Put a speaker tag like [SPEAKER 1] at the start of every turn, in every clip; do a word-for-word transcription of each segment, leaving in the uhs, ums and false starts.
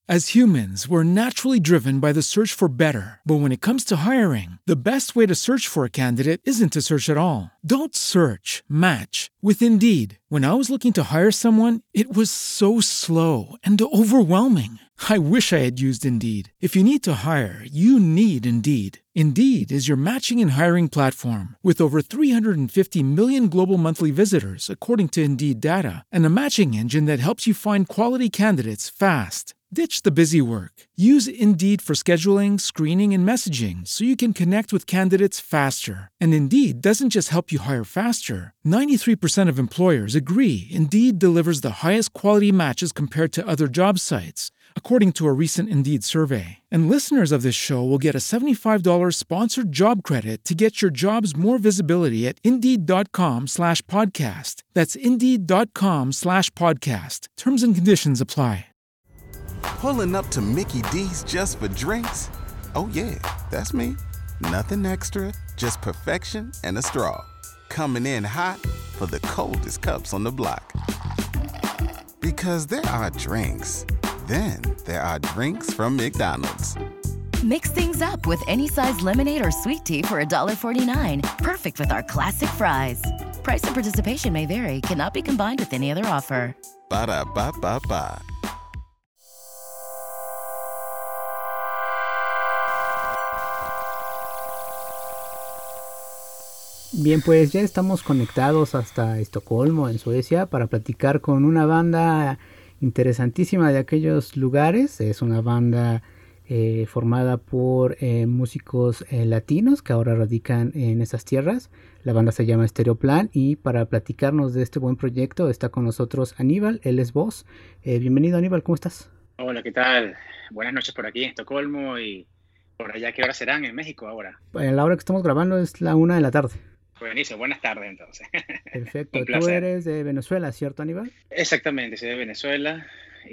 [SPEAKER 1] As humans, we're naturally driven by the search for better. But when it comes to hiring, the best way to search for a candidate isn't to search at all. Don't search, match with Indeed. When I was looking to hire someone, it was so slow and overwhelming. I wish I had used Indeed. If you need to hire, you need Indeed. Indeed is your matching and hiring platform with over three hundred fifty million global monthly visitors, according to Indeed data, and a matching engine that helps you find quality candidates fast. Ditch the busy work. Use Indeed for scheduling, screening, and messaging so you can connect with candidates faster. And Indeed doesn't just help you hire faster. ninety-three percent of employers agree Indeed delivers the highest quality matches compared to other job sites, according to a recent Indeed survey. And listeners of this show will get a seventy-five dollars sponsored job credit to get your jobs more visibility at Indeed.com slash podcast. That's Indeed.com slash podcast. Terms and conditions apply.
[SPEAKER 2] Pulling up to Mickey D's just for drinks? Oh yeah, that's me. Nothing extra, just perfection and a straw. Coming in hot for the coldest cups on the block. Because there are drinks. Then there are drinks from McDonald's.
[SPEAKER 3] Mix things up with any size lemonade or sweet tea for one forty-nine. Perfect with our classic fries. Price and participation may vary. Cannot be combined with any other offer.
[SPEAKER 2] Ba-da-ba-ba-ba.
[SPEAKER 4] Bien, pues ya estamos conectados hasta Estocolmo, en Suecia, para platicar con una banda interesantísima de aquellos lugares. Es una banda eh, formada por eh, músicos eh, latinos que ahora radican en esas tierras. La banda se llama Stereoplan y para platicarnos de este buen proyecto está con nosotros Aníbal, él es voz. Eh, bienvenido Aníbal, ¿cómo estás?
[SPEAKER 5] Hola, ¿qué tal? Buenas noches por aquí en Estocolmo y por allá. ¿Qué hora serán en México ahora?
[SPEAKER 4] A la hora que estamos grabando es la una de la tarde.
[SPEAKER 5] Buenísimo, buenas tardes entonces.
[SPEAKER 4] Perfecto, tú eres de Venezuela, ¿cierto Aníbal?
[SPEAKER 5] Exactamente, soy de Venezuela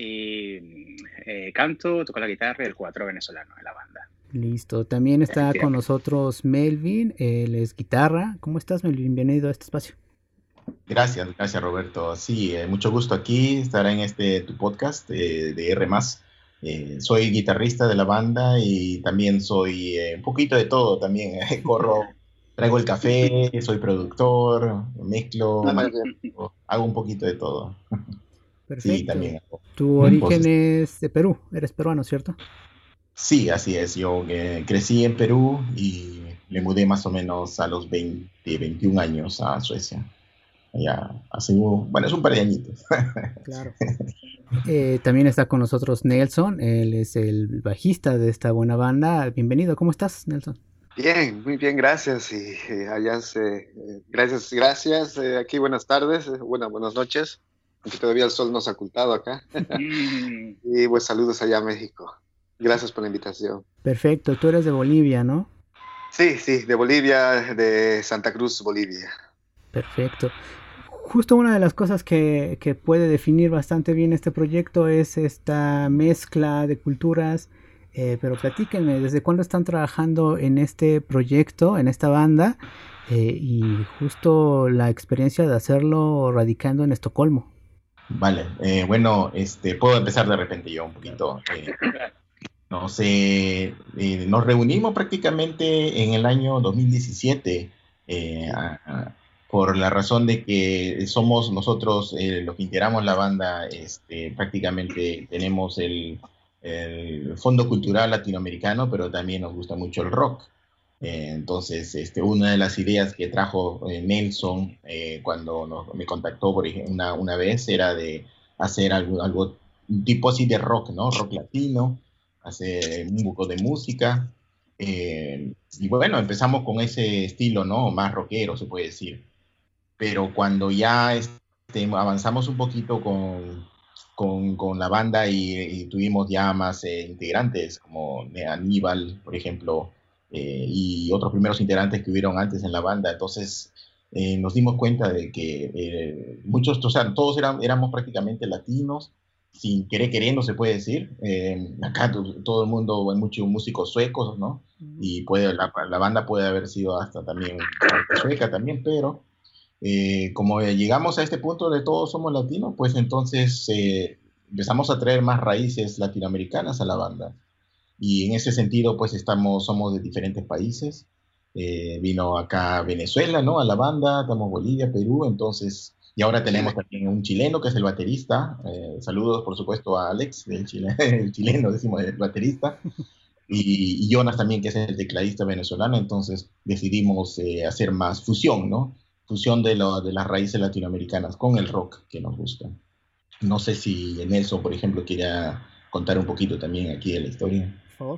[SPEAKER 5] y eh, canto, toco la guitarra y el cuatro venezolano en la banda.
[SPEAKER 4] Listo, también está con nosotros Melvin, él es guitarra. ¿Cómo estás Melvin? Bienvenido a este espacio.
[SPEAKER 6] Gracias, gracias Roberto. Sí, eh, mucho gusto aquí estar en este tu podcast eh, de R más. Eh, soy guitarrista de la banda y también soy eh, un poquito de todo, también eh, corro. Traigo el café, soy productor, mezclo, manejo, hago un poquito de todo.
[SPEAKER 4] Perfecto.
[SPEAKER 6] Sí, también hago.
[SPEAKER 4] Tu origen es de Perú, eres peruano, ¿cierto?
[SPEAKER 6] Sí, así es. Yo eh, crecí en Perú y me mudé más o menos a los veinte, veintiún años a Suecia. Ya hace, bueno, es un par de añitos.
[SPEAKER 4] Claro. Eh, también está con nosotros Nelson, él es el bajista de esta buena banda. Bienvenido, ¿cómo estás, Nelson?
[SPEAKER 7] Bien, muy bien, gracias. Y, y allá se, eh, gracias, gracias. Eh, aquí buenas tardes, eh, buena, buenas noches. Aunque todavía el sol nos ha ocultado acá. Y pues saludos allá a México. Gracias por la invitación.
[SPEAKER 4] Perfecto, tú eres de Bolivia, ¿no?
[SPEAKER 7] Sí, sí, de Bolivia, de Santa Cruz, Bolivia.
[SPEAKER 4] Perfecto. Justo una de las cosas que, que puede definir bastante bien este proyecto es esta mezcla de culturas. Eh, pero platíquenme, ¿desde cuándo están trabajando en este proyecto, en esta banda? Eh, y justo la experiencia de hacerlo radicando en Estocolmo.
[SPEAKER 6] Vale, eh, bueno, este, puedo empezar de repente yo un poquito. Eh, no sé, eh, nos reunimos prácticamente en el año dos mil diecisiete eh, a, a, por la razón de que somos nosotros eh, los que integramos la banda, este, prácticamente tenemos el... el Fondo Cultural Latinoamericano, pero también nos gusta mucho el rock. Eh, entonces, este, una de las ideas que trajo eh, Nelson eh, cuando nos, me contactó por ejemplo, una, una vez era de hacer algo, algo, un tipo así de rock, ¿no? Rock latino, hacer un poco de música. Eh, y bueno, empezamos con ese estilo, ¿no? Más rockero, se puede decir. Pero cuando ya este, avanzamos un poquito con... Con, con la banda y, y tuvimos ya más eh, integrantes como Aníbal, por ejemplo, eh, y otros primeros integrantes que hubieron antes en la banda. Entonces eh, nos dimos cuenta de que eh, muchos, o sea, todos eran, éramos prácticamente latinos, sin querer queriendo se puede decir. Eh, acá todo el mundo, hay muchos músicos suecos, ¿no? Y puede, la, la banda puede haber sido hasta también sueca también, pero... Eh, como llegamos a este punto de todos somos latinos, pues entonces eh, empezamos a traer más raíces latinoamericanas a la banda. Y en ese sentido, pues estamos, somos de diferentes países. Eh, vino acá Venezuela, ¿no? A la banda, estamos Bolivia, Perú, entonces, y ahora tenemos también un chileno que es el baterista. Eh, saludos, por supuesto, a Alex, el, chile, el chileno, decimos, el baterista. Y, y Jonas también, que es el tecladista venezolano. Entonces decidimos eh, hacer más fusión, ¿no? Fusión de, lo, de las raíces latinoamericanas con el rock que nos gusta. No sé si Nelson, por ejemplo, quiera contar un poquito también aquí de la historia.
[SPEAKER 4] Por favor.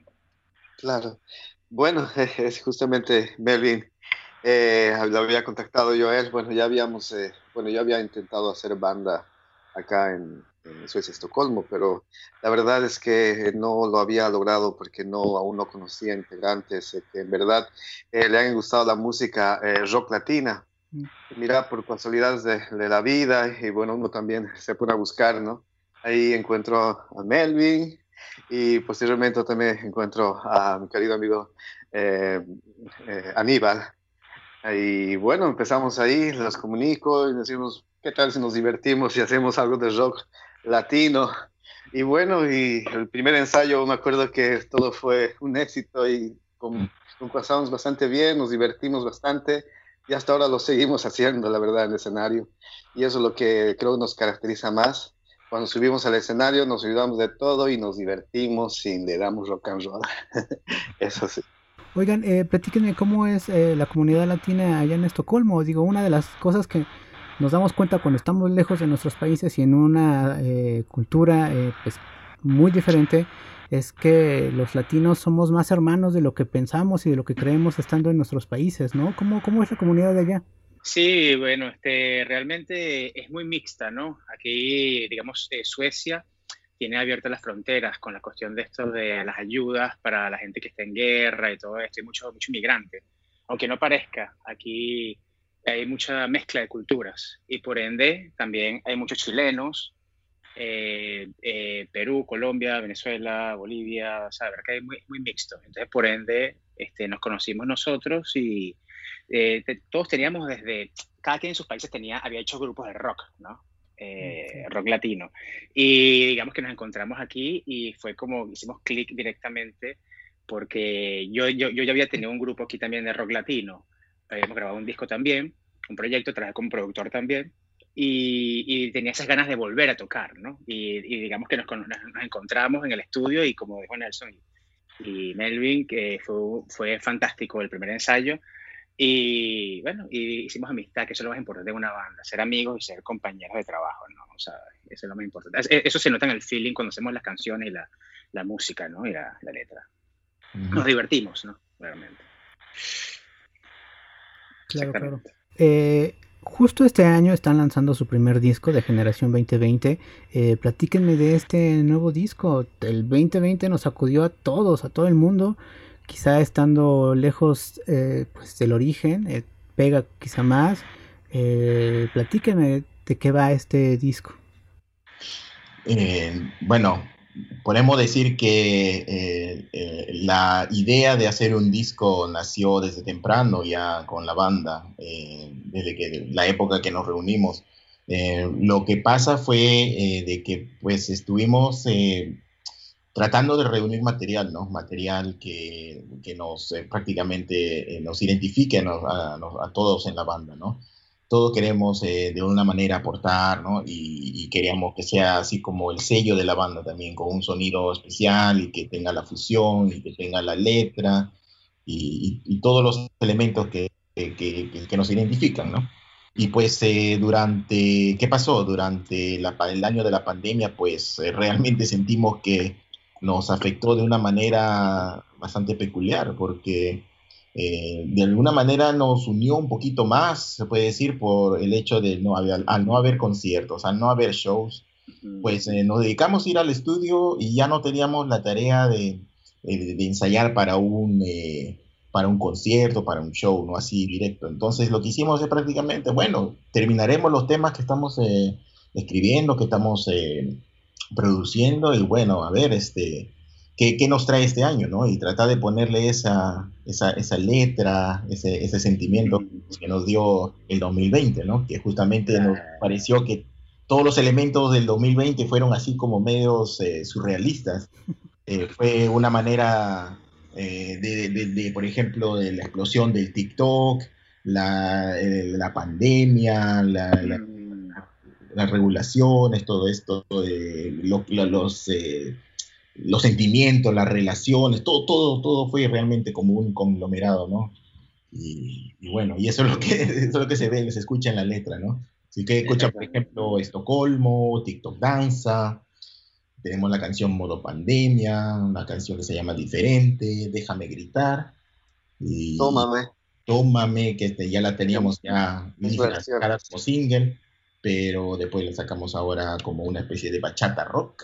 [SPEAKER 7] Claro. Bueno, es justamente Melvin. Eh, lo había contactado yo a él. Bueno, ya habíamos, eh, bueno, yo había intentado hacer banda acá en, en Suecia, Estocolmo, pero la verdad es que no lo había logrado porque no, aún no conocía integrantes eh, que en verdad eh, le hayan gustado la música eh, rock latina. Mm. Mira, por casualidades de, de la vida, y bueno, uno también se pone a buscar, ¿no? Ahí encuentro a Melvin y posteriormente también encuentro a mi querido amigo eh, eh, Aníbal. Y bueno, empezamos ahí, los comunico y decimos, ¿qué tal si nos divertimos y hacemos algo de rock latino? Y bueno, y el primer ensayo me acuerdo que todo fue un éxito y con, con pasamos bastante bien, nos divertimos bastante y hasta ahora lo seguimos haciendo, la verdad, en el escenario. Y eso es lo que creo nos caracteriza más. Cuando subimos al escenario nos olvidamos de todo y nos divertimos y le damos rock and roll. Eso sí.
[SPEAKER 4] Oigan, eh, platíquenme cómo es eh, la comunidad latina allá en Estocolmo. Digo, una de las cosas que nos damos cuenta cuando estamos lejos de nuestros países y en una eh, cultura eh, pues, muy diferente es que los latinos somos más hermanos de lo que pensamos y de lo que creemos estando en nuestros países, ¿no? ¿Cómo, cómo es la comunidad de allá?
[SPEAKER 5] Sí, bueno, este, realmente es muy mixta, ¿no? Aquí, digamos, eh, Suecia tiene abiertas las fronteras con la cuestión de esto de las ayudas para la gente que está en guerra y todo esto, hay mucho, mucho inmigrante. Aunque no parezca, aquí hay mucha mezcla de culturas y por ende también hay muchos chilenos, eh, eh, Perú, Colombia, Venezuela, Bolivia, o sea, la verdad que es muy, muy mixto. Entonces, por ende, este, nos conocimos nosotros y eh, te, todos teníamos desde, cada quien en sus países tenía, había hecho grupos de rock, ¿no? Eh, rock latino, y digamos que nos encontramos aquí y fue como hicimos clic directamente porque yo, yo, yo ya había tenido un grupo aquí también de rock latino, habíamos grabado un disco también, un proyecto, trabajé como productor también y, y tenía esas ganas de volver a tocar, ¿no? Y, y digamos que nos, nos, nos encontramos en el estudio y como dijo Nelson y, y Melvin, que fue, fue fantástico el primer ensayo. Y bueno, y hicimos amistad, que eso es lo más importante de una banda, ser amigos y ser compañeros de trabajo, ¿no? O sea, eso es lo más importante. Eso se nota en el feeling cuando hacemos las canciones y la, la música, ¿no? Y la, la letra. Uh-huh. Nos divertimos, ¿no? Realmente.
[SPEAKER 4] Claro, claro. Eh, justo este año están lanzando su primer disco de Generación veinte veinte. Eh, platíquenme de este nuevo disco. El veinte veinte nos sacudió a todos, a todo el mundo. Quizá estando lejos eh, pues del origen, eh, pega quizá más. Eh, platíquenme de qué va este disco.
[SPEAKER 6] Eh, bueno, podemos decir que eh, eh, la idea de hacer un disco nació desde temprano ya con la banda, eh, desde que, la época que nos reunimos. Eh, lo que pasa fue eh, de que pues estuvimos... Eh, tratando de reunir material, ¿no? Material que, que nos eh, prácticamente eh, nos identifique ¿no? a, a, a todos en la banda, ¿no? Todos queremos eh, de una manera aportar, ¿no? Y, y queríamos que sea así como el sello de la banda también, con un sonido especial y que tenga la fusión y que tenga la letra y, y, y todos los elementos que, que, que, que nos identifican, ¿no? Y pues eh, durante, ¿qué pasó? Durante la, el año de la pandemia, pues eh, realmente sentimos que nos afectó de una manera bastante peculiar, porque eh, de alguna manera nos unió un poquito más, se puede decir, por el hecho de no haber, al no haber conciertos, al no haber shows, pues eh, nos dedicamos a ir al estudio y ya no teníamos la tarea de, de, de ensayar para un, eh, para un concierto, para un show, no así directo. Entonces lo que hicimos es prácticamente, bueno, terminaremos los temas que estamos eh, escribiendo, que estamos... Eh, produciendo y bueno, a ver, este, ¿qué, qué nos trae este año, ¿no? Y tratar de ponerle esa, esa, esa letra, ese, ese sentimiento que nos dio el dos mil veinte, ¿no? Que justamente nos pareció que, todos los elementos del dos mil veinte fueron así como medios eh, surrealistas. Eh, fue una manera eh, de, de, de, por ejemplo, de la explosión del TikTok, la, eh, la pandemia, la, la, las regulaciones, todo esto, eh, lo, lo, los, eh, los sentimientos, las relaciones, todo, todo, todo fue realmente como un conglomerado, ¿no? Y, y bueno, y eso es, lo que, eso es lo que se ve, se escucha en la letra, ¿no? Así que escucha, por ejemplo, Estocolmo, TikTok Danza, tenemos la canción Modo Pandemia, una canción que se llama Diferente, Déjame Gritar, y
[SPEAKER 7] Tómame.
[SPEAKER 6] Tómame, que este, ya la teníamos ya lista como single, pero después la sacamos ahora como una especie de bachata rock,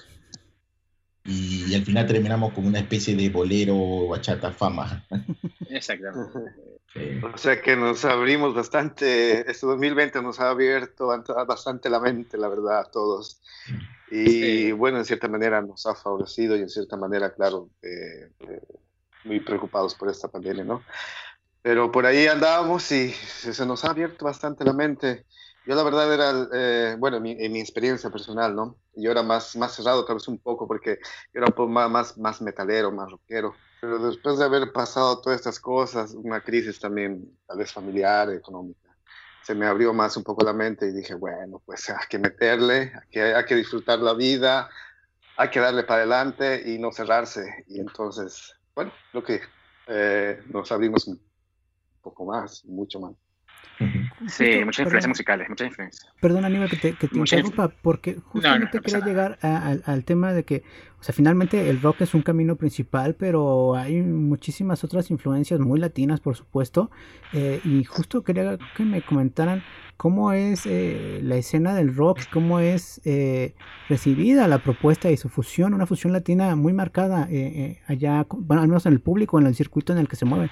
[SPEAKER 6] y, y al final terminamos como una especie de bolero bachata fama.
[SPEAKER 5] Exactamente.
[SPEAKER 7] Sí. O sea que nos abrimos bastante, este dos mil veinte nos ha abierto bastante la mente, la verdad, a todos. Y sí. Bueno, en cierta manera nos ha favorecido y en cierta manera, claro, eh, eh, muy preocupados por esta pandemia, ¿no? Pero por ahí andábamos y se nos ha abierto bastante la mente. Yo la verdad era, eh, bueno, en mi, en mi experiencia personal, ¿no? Yo era más, más cerrado tal vez un poco porque yo era un poco más, más, más metalero, más rockero. Pero después de haber pasado todas estas cosas, una crisis también, tal vez familiar, económica, se me abrió más un poco la mente y dije, bueno, pues hay que meterle, hay que, hay que disfrutar la vida, hay que darle para adelante y no cerrarse. Y entonces, bueno, lo que eh, nos abrimos un poco más, mucho más.
[SPEAKER 5] Sí, muchas influencias musicales, muchas influencias.
[SPEAKER 4] Perdón, Aníbal, que te, que te interrumpa, porque justamente no, no, no quería llegar a, a, al tema de que, o sea, finalmente el rock es un camino principal, pero hay muchísimas otras influencias muy latinas, por supuesto, eh, y justo quería que me comentaran cómo es eh, la escena del rock, cómo es eh, recibida la propuesta y su fusión, una fusión latina muy marcada eh, eh, allá, bueno, al menos en el público, en el circuito en el que se mueve.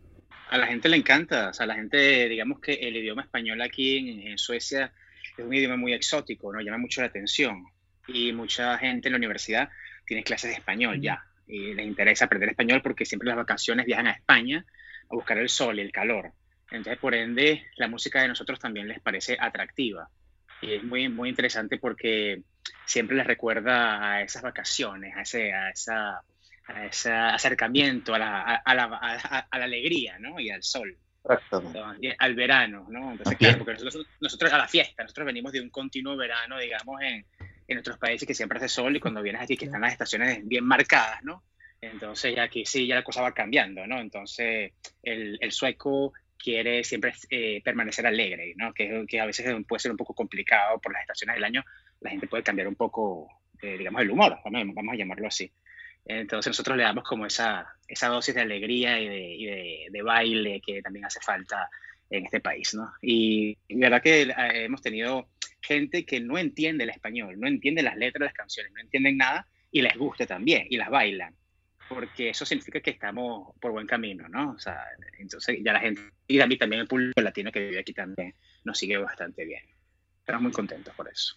[SPEAKER 5] A la gente le encanta, o sea, la gente, digamos que el idioma español aquí en, en Suecia es un idioma muy exótico, ¿no? Llama mucho la atención y mucha gente en la universidad tiene clases de español ya y les interesa aprender español porque siempre en las vacaciones viajan a España a buscar el sol y el calor. Entonces, por ende, la música de nosotros también les parece atractiva y es muy, muy interesante porque siempre les recuerda a esas vacaciones, a, ese, a esa... a ese acercamiento a la, a, la, a, a la alegría, ¿no? Y al sol, entonces, al verano, ¿no? Entonces, claro, porque nosotros, nosotros a la fiesta, nosotros venimos de un continuo verano, digamos, en, en nuestros países que siempre hace sol y cuando vienes aquí que están las estaciones bien marcadas, ¿no? Entonces ya aquí sí, ya la cosa va cambiando, ¿no? Entonces el, el sueco quiere siempre eh, permanecer alegre, ¿no? Que, que a veces puede ser un poco complicado por las estaciones del año, la gente puede cambiar un poco, eh, digamos, el humor, vamos, vamos a llamarlo así. Entonces nosotros le damos como esa, esa dosis de alegría y, de, y de, de baile que también hace falta en este país, ¿no? Y, y la verdad que eh, hemos tenido gente que no entiende el español, no entiende las letras de las canciones, no entienden nada y les gusta también y las bailan, porque eso significa que estamos por buen camino, ¿no? O sea, entonces ya la gente, y a mí también el público latino que vive aquí también nos sigue bastante bien. Estamos muy contentos por eso.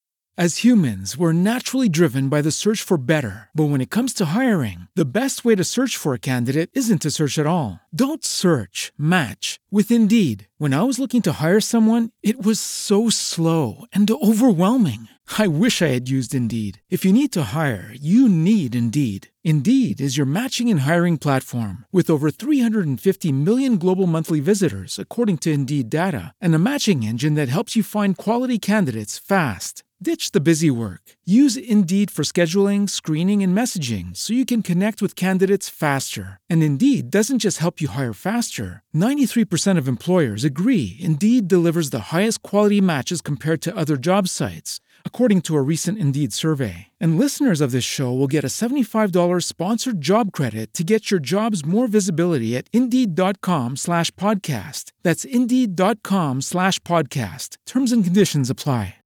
[SPEAKER 1] As humans, we're naturally driven by the search for better. But when it comes to hiring, the best way to search for a candidate isn't to search at all. Don't search, match with Indeed. When I was looking to hire someone, it was so slow and overwhelming. I wish I had used Indeed. If you need to hire, you need Indeed. Indeed is your matching and hiring platform with over three hundred fifty million global monthly visitors, according to Indeed data, and a matching engine that helps you find quality candidates fast. Ditch the busy work. Use Indeed for scheduling, screening, and messaging so you can connect with candidates faster. And Indeed doesn't just help you hire faster. ninety-three percent of employers agree Indeed delivers the highest quality matches compared to other job sites, according to a recent Indeed survey. And listeners of this show will get a seventy-five dollars sponsored job credit to get your jobs more visibility at Indeed.com slash podcast. That's Indeed.com slash podcast. Terms and conditions apply.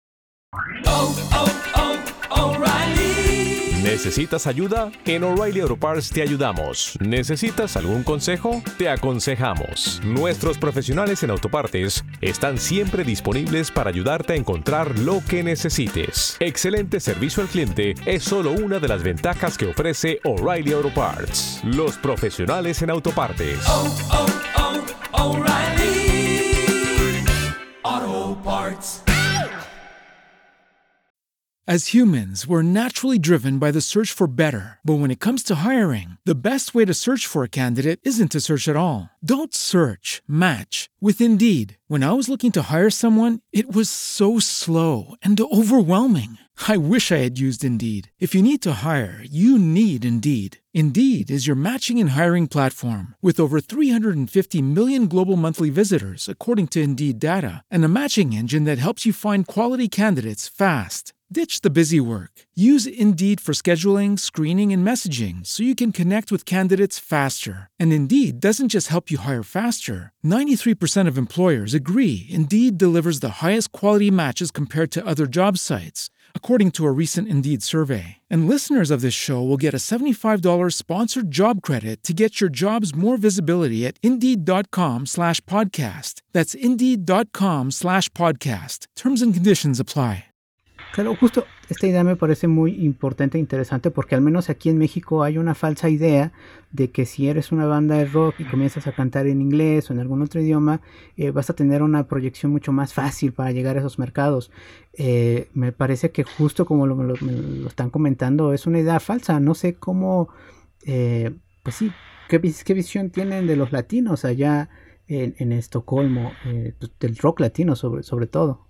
[SPEAKER 8] Oh, oh, oh, O'Reilly. ¿Necesitas ayuda? En O'Reilly Auto Parts te ayudamos. ¿Necesitas algún consejo? Te aconsejamos. Nuestros profesionales en autopartes están siempre disponibles para ayudarte a encontrar lo que necesites. Excelente servicio al cliente es solo una de las ventajas que ofrece O'Reilly Auto Parts. Los profesionales en autopartes. Oh, oh, oh, O'Reilly Auto Parts.
[SPEAKER 1] As humans, we're naturally driven by the search for better. But when it comes to hiring, the best way to search for a candidate isn't to search at all. Don't search, match with Indeed. When I was looking to hire someone, it was so slow and overwhelming. I wish I had used Indeed. If you need to hire, you need Indeed. Indeed is your matching and hiring platform with over three hundred fifty million global monthly visitors, according to Indeed data, and a matching engine that helps you find quality candidates fast. Ditch the busy work. Use Indeed for scheduling, screening, and messaging so you can connect with candidates faster. And Indeed doesn't just help you hire faster. ninety-three percent of employers agree Indeed delivers the highest quality matches compared to other job sites, according to a recent Indeed survey. And listeners of this show will get a seventy-five dollars sponsored job credit to get your jobs more visibility at Indeed.com slash podcast. That's Indeed.com slash podcast. Terms and conditions apply.
[SPEAKER 4] Claro, justo esta idea me parece muy importante e interesante porque al menos aquí en México hay una falsa idea de que si eres una banda de rock y comienzas a cantar en inglés o en algún otro idioma, eh, vas a tener una proyección mucho más fácil para llegar a esos mercados. Eh, me parece que justo como lo, lo, me lo están comentando, es una idea falsa. No sé cómo, eh, pues sí, ¿qué, qué visión tienen de los latinos allá en, en Estocolmo, eh, del rock latino sobre, sobre todo?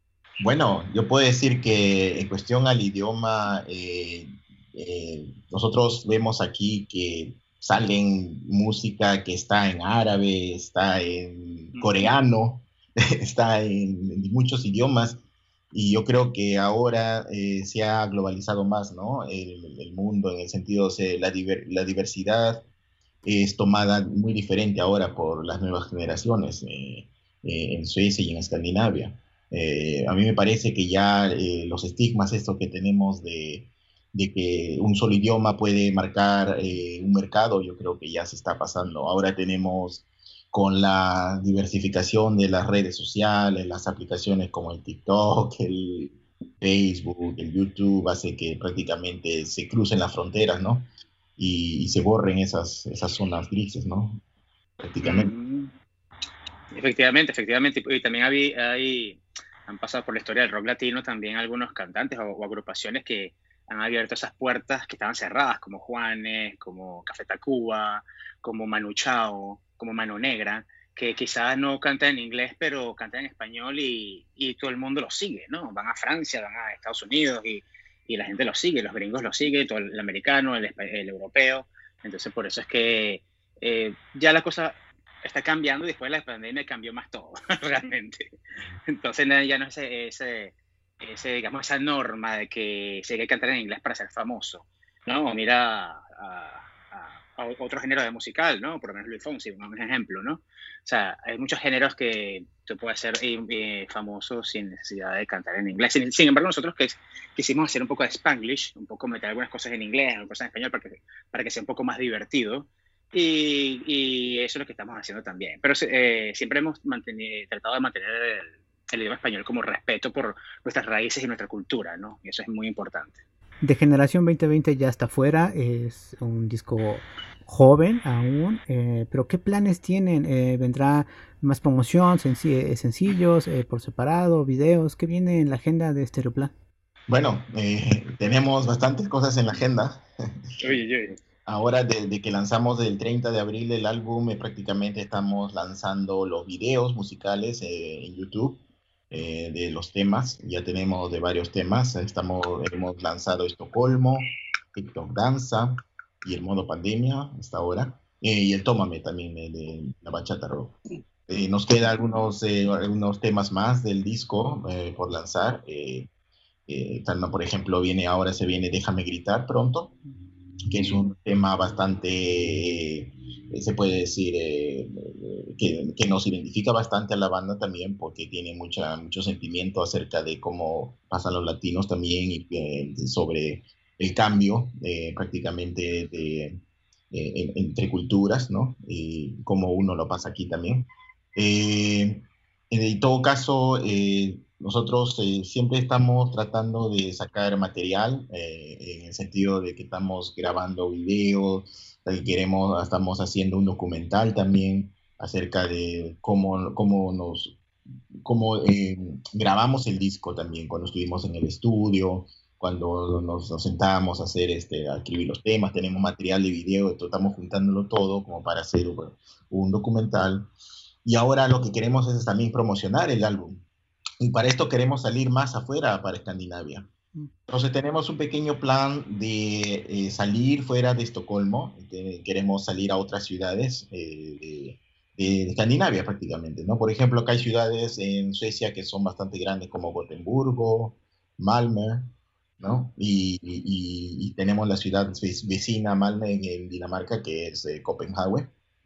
[SPEAKER 6] Bueno, yo puedo decir que en cuestión al idioma, eh, eh, nosotros vemos aquí que salen música que está en árabe, está en coreano, está en, en muchos idiomas, y yo creo que ahora eh, se ha globalizado más, ¿no? El, el mundo, en el sentido de la, diver, la diversidad es tomada muy diferente ahora por las nuevas generaciones eh, eh, en Suecia y en Escandinavia. Eh, a mí me parece que ya eh, los estigmas estos que tenemos de, de que un solo idioma puede marcar eh, un mercado, yo creo que ya se está pasando. Ahora tenemos, con la diversificación de las redes sociales, las aplicaciones como el TikTok, el Facebook, el YouTube, hace que prácticamente se crucen las fronteras, ¿no? Y, y se borren esas, esas zonas grises, ¿no? Prácticamente.
[SPEAKER 5] Mm. Efectivamente, efectivamente. Y también hay, hay, han pasado por la historia del rock latino también algunos cantantes o, o agrupaciones que han abierto esas puertas que estaban cerradas, como Juanes, como Café Tacuba, como Manu Chao, como Mano Negra, que quizás no cantan en inglés, pero cantan en español y, y todo el mundo los sigue, ¿no? Van a Francia, van a Estados Unidos y, y la gente los sigue, los gringos los siguen, todo el, el americano, el, el europeo. Entonces, por eso es que eh, ya la cosa está cambiando y después de la pandemia cambió más todo, realmente. Entonces ya no es ese, ese, ese, digamos, esa norma de que se hay que cantar en inglés para ser famoso, ¿no? Mira a, a, a otro género de musical, ¿no? Por lo menos Luis Fonsi, un ejemplo, ¿no? O sea, hay muchos géneros que tú puedes ser eh, famoso sin necesidad de cantar en inglés. Sin, sin embargo, nosotros que quisimos hacer un poco de Spanglish, un poco meter algunas cosas en inglés, algunas cosas en español, para que, para que sea un poco más divertido. Y, y eso es lo que estamos haciendo también. Pero eh, siempre hemos mantenido, tratado de mantener el, el idioma español como respeto por nuestras raíces y nuestra cultura, ¿no? Y eso es muy importante.
[SPEAKER 4] De Generación veinte veinte ya está fuera, es un disco joven aún, eh, pero ¿qué planes tienen? Eh, ¿Vendrá más promoción, senc- sencillos, eh, por separado, videos? ¿Qué viene en la agenda de Stereoplan?
[SPEAKER 6] Bueno, eh, tenemos bastantes cosas en la agenda.
[SPEAKER 5] Uy, uy.
[SPEAKER 6] Ahora, desde que lanzamos el treinta de abril el álbum, eh, prácticamente estamos lanzando los videos musicales eh, en YouTube eh, de los temas. Ya tenemos de varios temas. Estamos, hemos lanzado Estocolmo, TikTok Danza y el modo pandemia hasta ahora. Eh, y el Tómame también, eh, de la bachata rock. Eh, nos quedan algunos, eh, algunos temas más del disco eh, por lanzar. Eh, eh, tal, ¿no? Por ejemplo, viene ahora se viene Déjame Gritar pronto, que es un tema bastante, eh, se puede decir, eh, que, que nos identifica bastante a la banda también, porque tiene mucha, mucho sentimiento acerca de cómo pasan los latinos también y eh, sobre el cambio eh, prácticamente de, eh, entre culturas, ¿no? Y cómo uno lo pasa aquí también. Eh, en todo caso, eh, nosotros eh, siempre estamos tratando de sacar material eh, en el sentido de que estamos grabando videos, que queremos, estamos haciendo un documental también acerca de cómo, cómo nos cómo eh, grabamos el disco también cuando estuvimos en el estudio, cuando nos, nos sentamos a hacer, este, a escribir los temas, tenemos material de video, entonces estamos juntándolo todo como para hacer un, un documental. Y ahora lo que queremos es también promocionar el álbum. Y para esto queremos salir más afuera, para Escandinavia. Entonces tenemos un pequeño plan de eh, salir fuera de Estocolmo. De, queremos salir a otras ciudades eh, de, de Escandinavia prácticamente, ¿no? Por ejemplo, acá hay ciudades en Suecia que son bastante grandes como Gotemburgo, Malmö, ¿no? Y, y, y tenemos la ciudad vecina Malmö en, en Dinamarca, que es eh, Copenhague.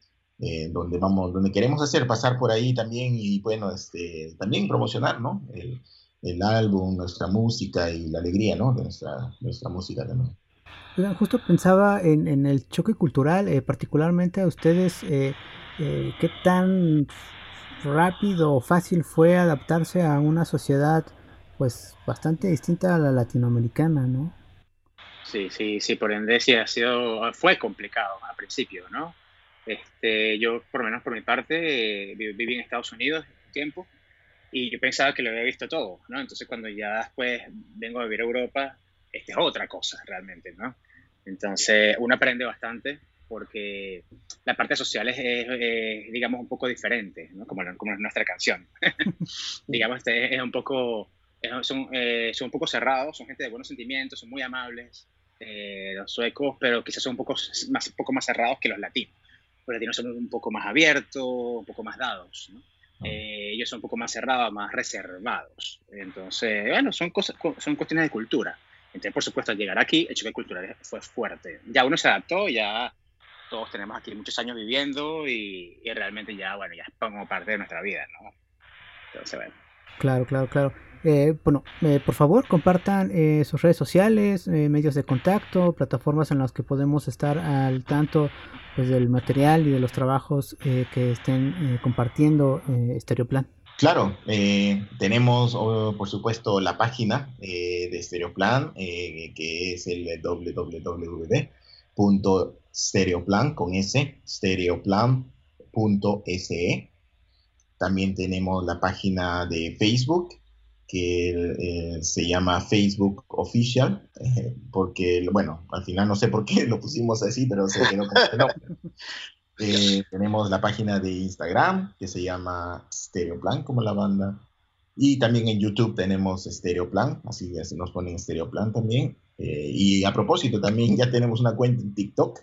[SPEAKER 6] Eh, donde vamos, donde queremos hacer pasar por ahí también y bueno, este, también promocionar, ¿no? El, el álbum, nuestra música y la alegría, ¿no? De nuestra, nuestra música también.
[SPEAKER 4] Justo pensaba en, en el choque cultural, eh, particularmente a ustedes, eh, eh, ¿qué tan rápido o fácil fue adaptarse a una sociedad pues bastante distinta a la latinoamericana, ¿no?
[SPEAKER 5] Sí, sí, sí, por ende sí ha sido, fue complicado al principio, ¿no? Este, yo, por lo menos por mi parte, eh, viví en Estados Unidos un tiempo y yo pensaba que lo había visto todo, ¿no? Entonces, cuando ya después vengo a vivir a Europa, este es otra cosa realmente, ¿no? Entonces, uno aprende bastante porque la parte social es, es, es digamos, un poco diferente, ¿no? Como, como es nuestra canción. Digamos, este es un poco, es, son, eh, son un poco cerrados, son gente de buenos sentimientos, son muy amables, eh, los suecos, pero quizás son un poco más, un poco más cerrados que los latinos. Los latinos son un poco más abiertos, un poco más dados, ¿no? Eh, ellos son un poco más cerrados, más reservados. Entonces, bueno, son, cosas, son cuestiones de cultura. Entonces, por supuesto, al llegar aquí, el choque cultural fue fuerte. Ya uno se adaptó, ya todos tenemos aquí muchos años viviendo y, y realmente ya, bueno, ya es como parte de nuestra vida, ¿no? Entonces, bueno.
[SPEAKER 4] Claro, claro, claro. Eh, bueno, eh, por favor, compartan eh, sus redes sociales, eh, medios de contacto, plataformas en las que podemos estar al tanto pues, del material y de los trabajos eh, que estén eh, compartiendo eh, Stereoplan.
[SPEAKER 6] Claro, eh, tenemos oh, por supuesto la página eh, de Stereoplan, eh, que es el doble u doble u doble u punto stereoplan con s, stereoplan punto s e. También tenemos la página de Facebook, que eh, se llama Facebook Official, eh, porque, bueno, al final no sé por qué lo pusimos así, pero se quedó como que no. Eh, tenemos la página de Instagram, que se llama Stereoplan, como la banda. Y también en YouTube tenemos Stereoplan, así, así nos ponen Stereoplan también. Eh, y a propósito, también ya tenemos una cuenta en TikTok,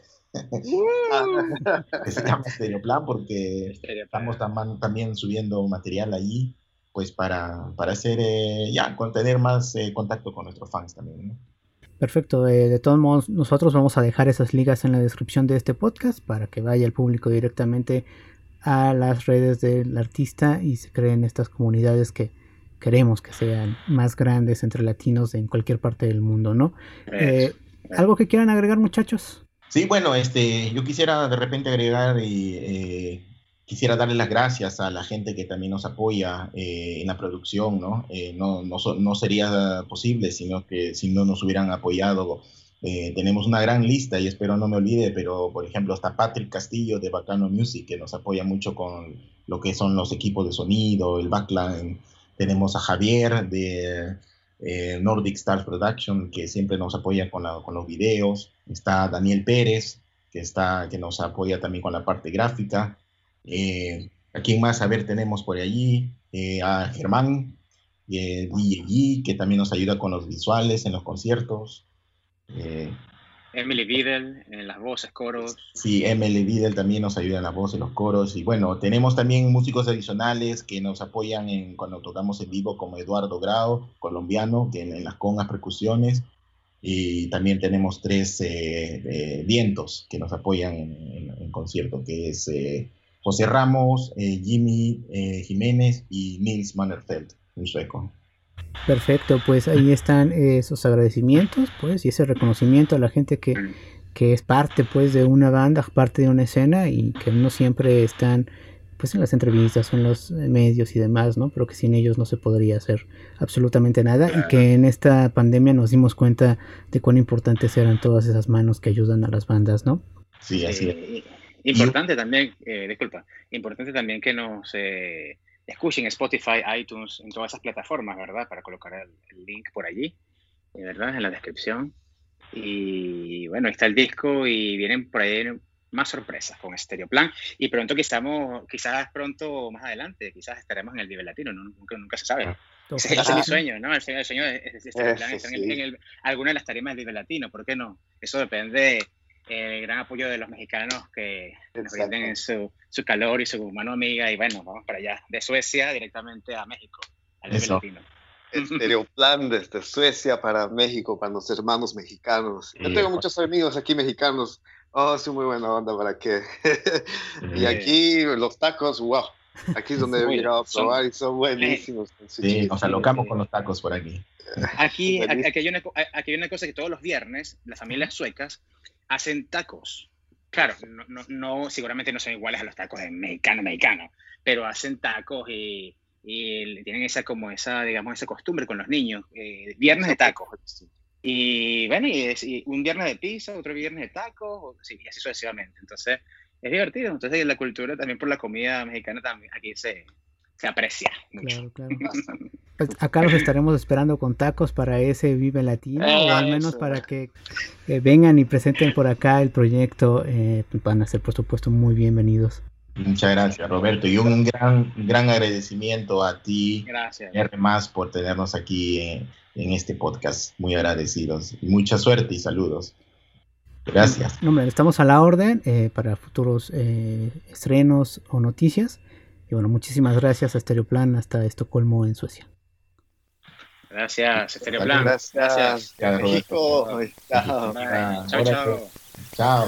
[SPEAKER 6] que se llama Stereoplan, porque estamos tam- también subiendo material allí, pues para, para hacer, eh, ya, con tener más eh, contacto con nuestros fans también, ¿no?
[SPEAKER 4] Perfecto, eh, de todos modos nosotros vamos a dejar esas ligas en la descripción de este podcast para que vaya el público directamente a las redes del artista y se creen estas comunidades que queremos que sean más grandes entre latinos en cualquier parte del mundo, ¿no? Eh, ¿Algo que quieran agregar, muchachos?
[SPEAKER 6] Sí, bueno, este, yo quisiera de repente agregar y eh, quisiera darle las gracias a la gente que también nos apoya eh, en la producción, ¿no? Eh, no, no, no sería posible sino que si no nos hubieran apoyado. Eh, tenemos una gran lista y espero no me olvide, pero por ejemplo está Patrick Castillo de Bacano Music, que nos apoya mucho con lo que son los equipos de sonido, el backline. Tenemos a Javier de eh, Nordic Stars Production, que siempre nos apoya con, la, con los videos. Está Daniel Pérez, que, está, que nos apoya también con la parte gráfica. Eh, ¿A quién más? A ver, tenemos por allí eh, a Germán, eh, D J G, que también nos ayuda con los visuales en los conciertos. Eh,
[SPEAKER 5] Emily Vidal en las voces, coros.
[SPEAKER 6] Sí, Emily Vidal también nos ayuda en las voces, los coros. Y bueno, tenemos también músicos adicionales que nos apoyan en, cuando tocamos en vivo, como Eduardo Grau, colombiano, que en, en las congas, percusiones. Y también tenemos tres eh, eh, vientos que nos apoyan en, en, en concierto, que es eh, José Ramos, eh, Jimmy eh, Jiménez y Nils Mannerfeld, un sueco.
[SPEAKER 4] Perfecto, pues ahí están esos agradecimientos, pues, y ese reconocimiento a la gente que, que es parte, pues, de una banda, parte de una escena y que no siempre están, pues, en las entrevistas o en los medios y demás, ¿no? Pero que sin ellos no se podría hacer absolutamente nada y que en esta pandemia nos dimos cuenta de cuán importantes eran todas esas manos que ayudan a las bandas, ¿no?
[SPEAKER 6] Sí, así es.
[SPEAKER 5] Eh, importante también, eh, disculpa, importante también que nos... Eh, escuchen Spotify, iTunes, en todas esas plataformas, ¿verdad? Para colocar el, el link por allí. ¿verdad? En la descripción. Y bueno, ahí está el disco y vienen por ahí más sorpresas con Estereoplan. Y pronto quizás, quizás pronto más adelante, quizás estaremos en el Vive Latino, ¿no? Nunca, nunca se sabe. Ese, ese es mi sueño, ¿no? El sueño, el sueño de Estereoplan estar en, en el, alguna de las tarimas del Vive Latino, ¿por qué no? Eso depende del gran apoyo de los mexicanos que nos brinden su, su calor y su mano amiga. Y bueno, vamos para allá, de Suecia directamente a México, al Vive Latino.
[SPEAKER 7] Estereoplan desde Suecia para México, para los hermanos mexicanos. Yo tengo muchos amigos aquí mexicanos. Oh, sí, muy buena onda, ¿para qué? Y aquí los tacos, wow. Aquí es donde he llegado a probar y son buenísimos.
[SPEAKER 6] Sí, nos alocamos con los tacos por aquí.
[SPEAKER 5] Aquí, aquí, hay una, aquí hay una cosa que todos los viernes las familias suecas hacen tacos. Claro, no, no, no, seguramente no son iguales a los tacos de mexicano, mexicano, pero hacen tacos y... y tienen esa como esa digamos esa costumbre con los niños, eh, viernes de tacos, y bueno, y, es, y un viernes de pizza, otro viernes de tacos, sí, y así sucesivamente. Entonces es divertido. Entonces la cultura también por la comida mexicana también aquí se, se aprecia mucho.
[SPEAKER 4] Claro, claro. Pues acá los estaremos esperando con tacos para ese Vive Latino, eh, o al menos eso. Para que eh, vengan y presenten por acá el proyecto, eh, van a ser por supuesto muy bienvenidos.
[SPEAKER 6] Muchas gracias, Roberto, y un gran, gran agradecimiento a ti,
[SPEAKER 5] gracias.
[SPEAKER 6] R más, por tenernos aquí en, en este podcast. Muy agradecidos. Mucha suerte y saludos. Gracias.
[SPEAKER 4] No, hombre, estamos a la orden eh, para futuros eh, estrenos o noticias. Y bueno, muchísimas gracias a Estereoplan hasta Estocolmo, en Suecia.
[SPEAKER 5] Gracias, Estereoplan.
[SPEAKER 7] Gracias. Gracias.
[SPEAKER 6] Gracias,
[SPEAKER 7] México. Chao.
[SPEAKER 5] Chao, chao.
[SPEAKER 6] Chao.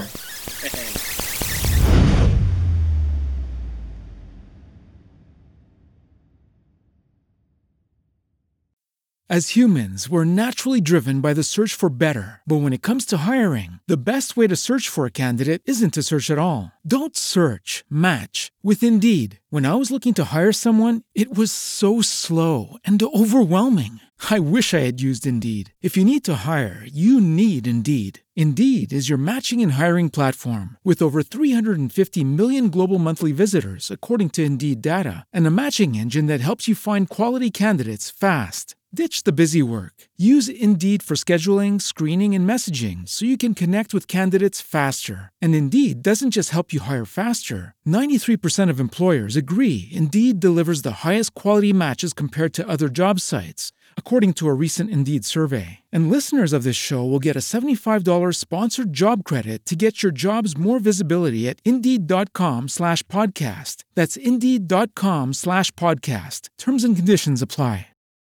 [SPEAKER 1] As humans, we're naturally driven by the search for better. But when it comes to hiring, the best way to search for a candidate isn't to search at all. Don't search, match with Indeed. When I was looking to hire someone, it was so slow and overwhelming. I wish I had used Indeed. If you need to hire, you need Indeed. Indeed is your matching and hiring platform with over three hundred fifty million global monthly visitors, according to Indeed data, and a matching engine that helps you find quality candidates fast. Ditch the busy work. Use Indeed for scheduling, screening, and messaging so you can connect with candidates faster. And Indeed doesn't just help you hire faster. ninety-three percent of employers agree Indeed delivers the highest quality matches compared to other job sites, according to a recent Indeed survey. And listeners of this show will get a seventy-five dollars sponsored job credit to get your jobs more visibility at Indeed.com slash podcast. That's Indeed.com slash podcast. Terms and conditions apply.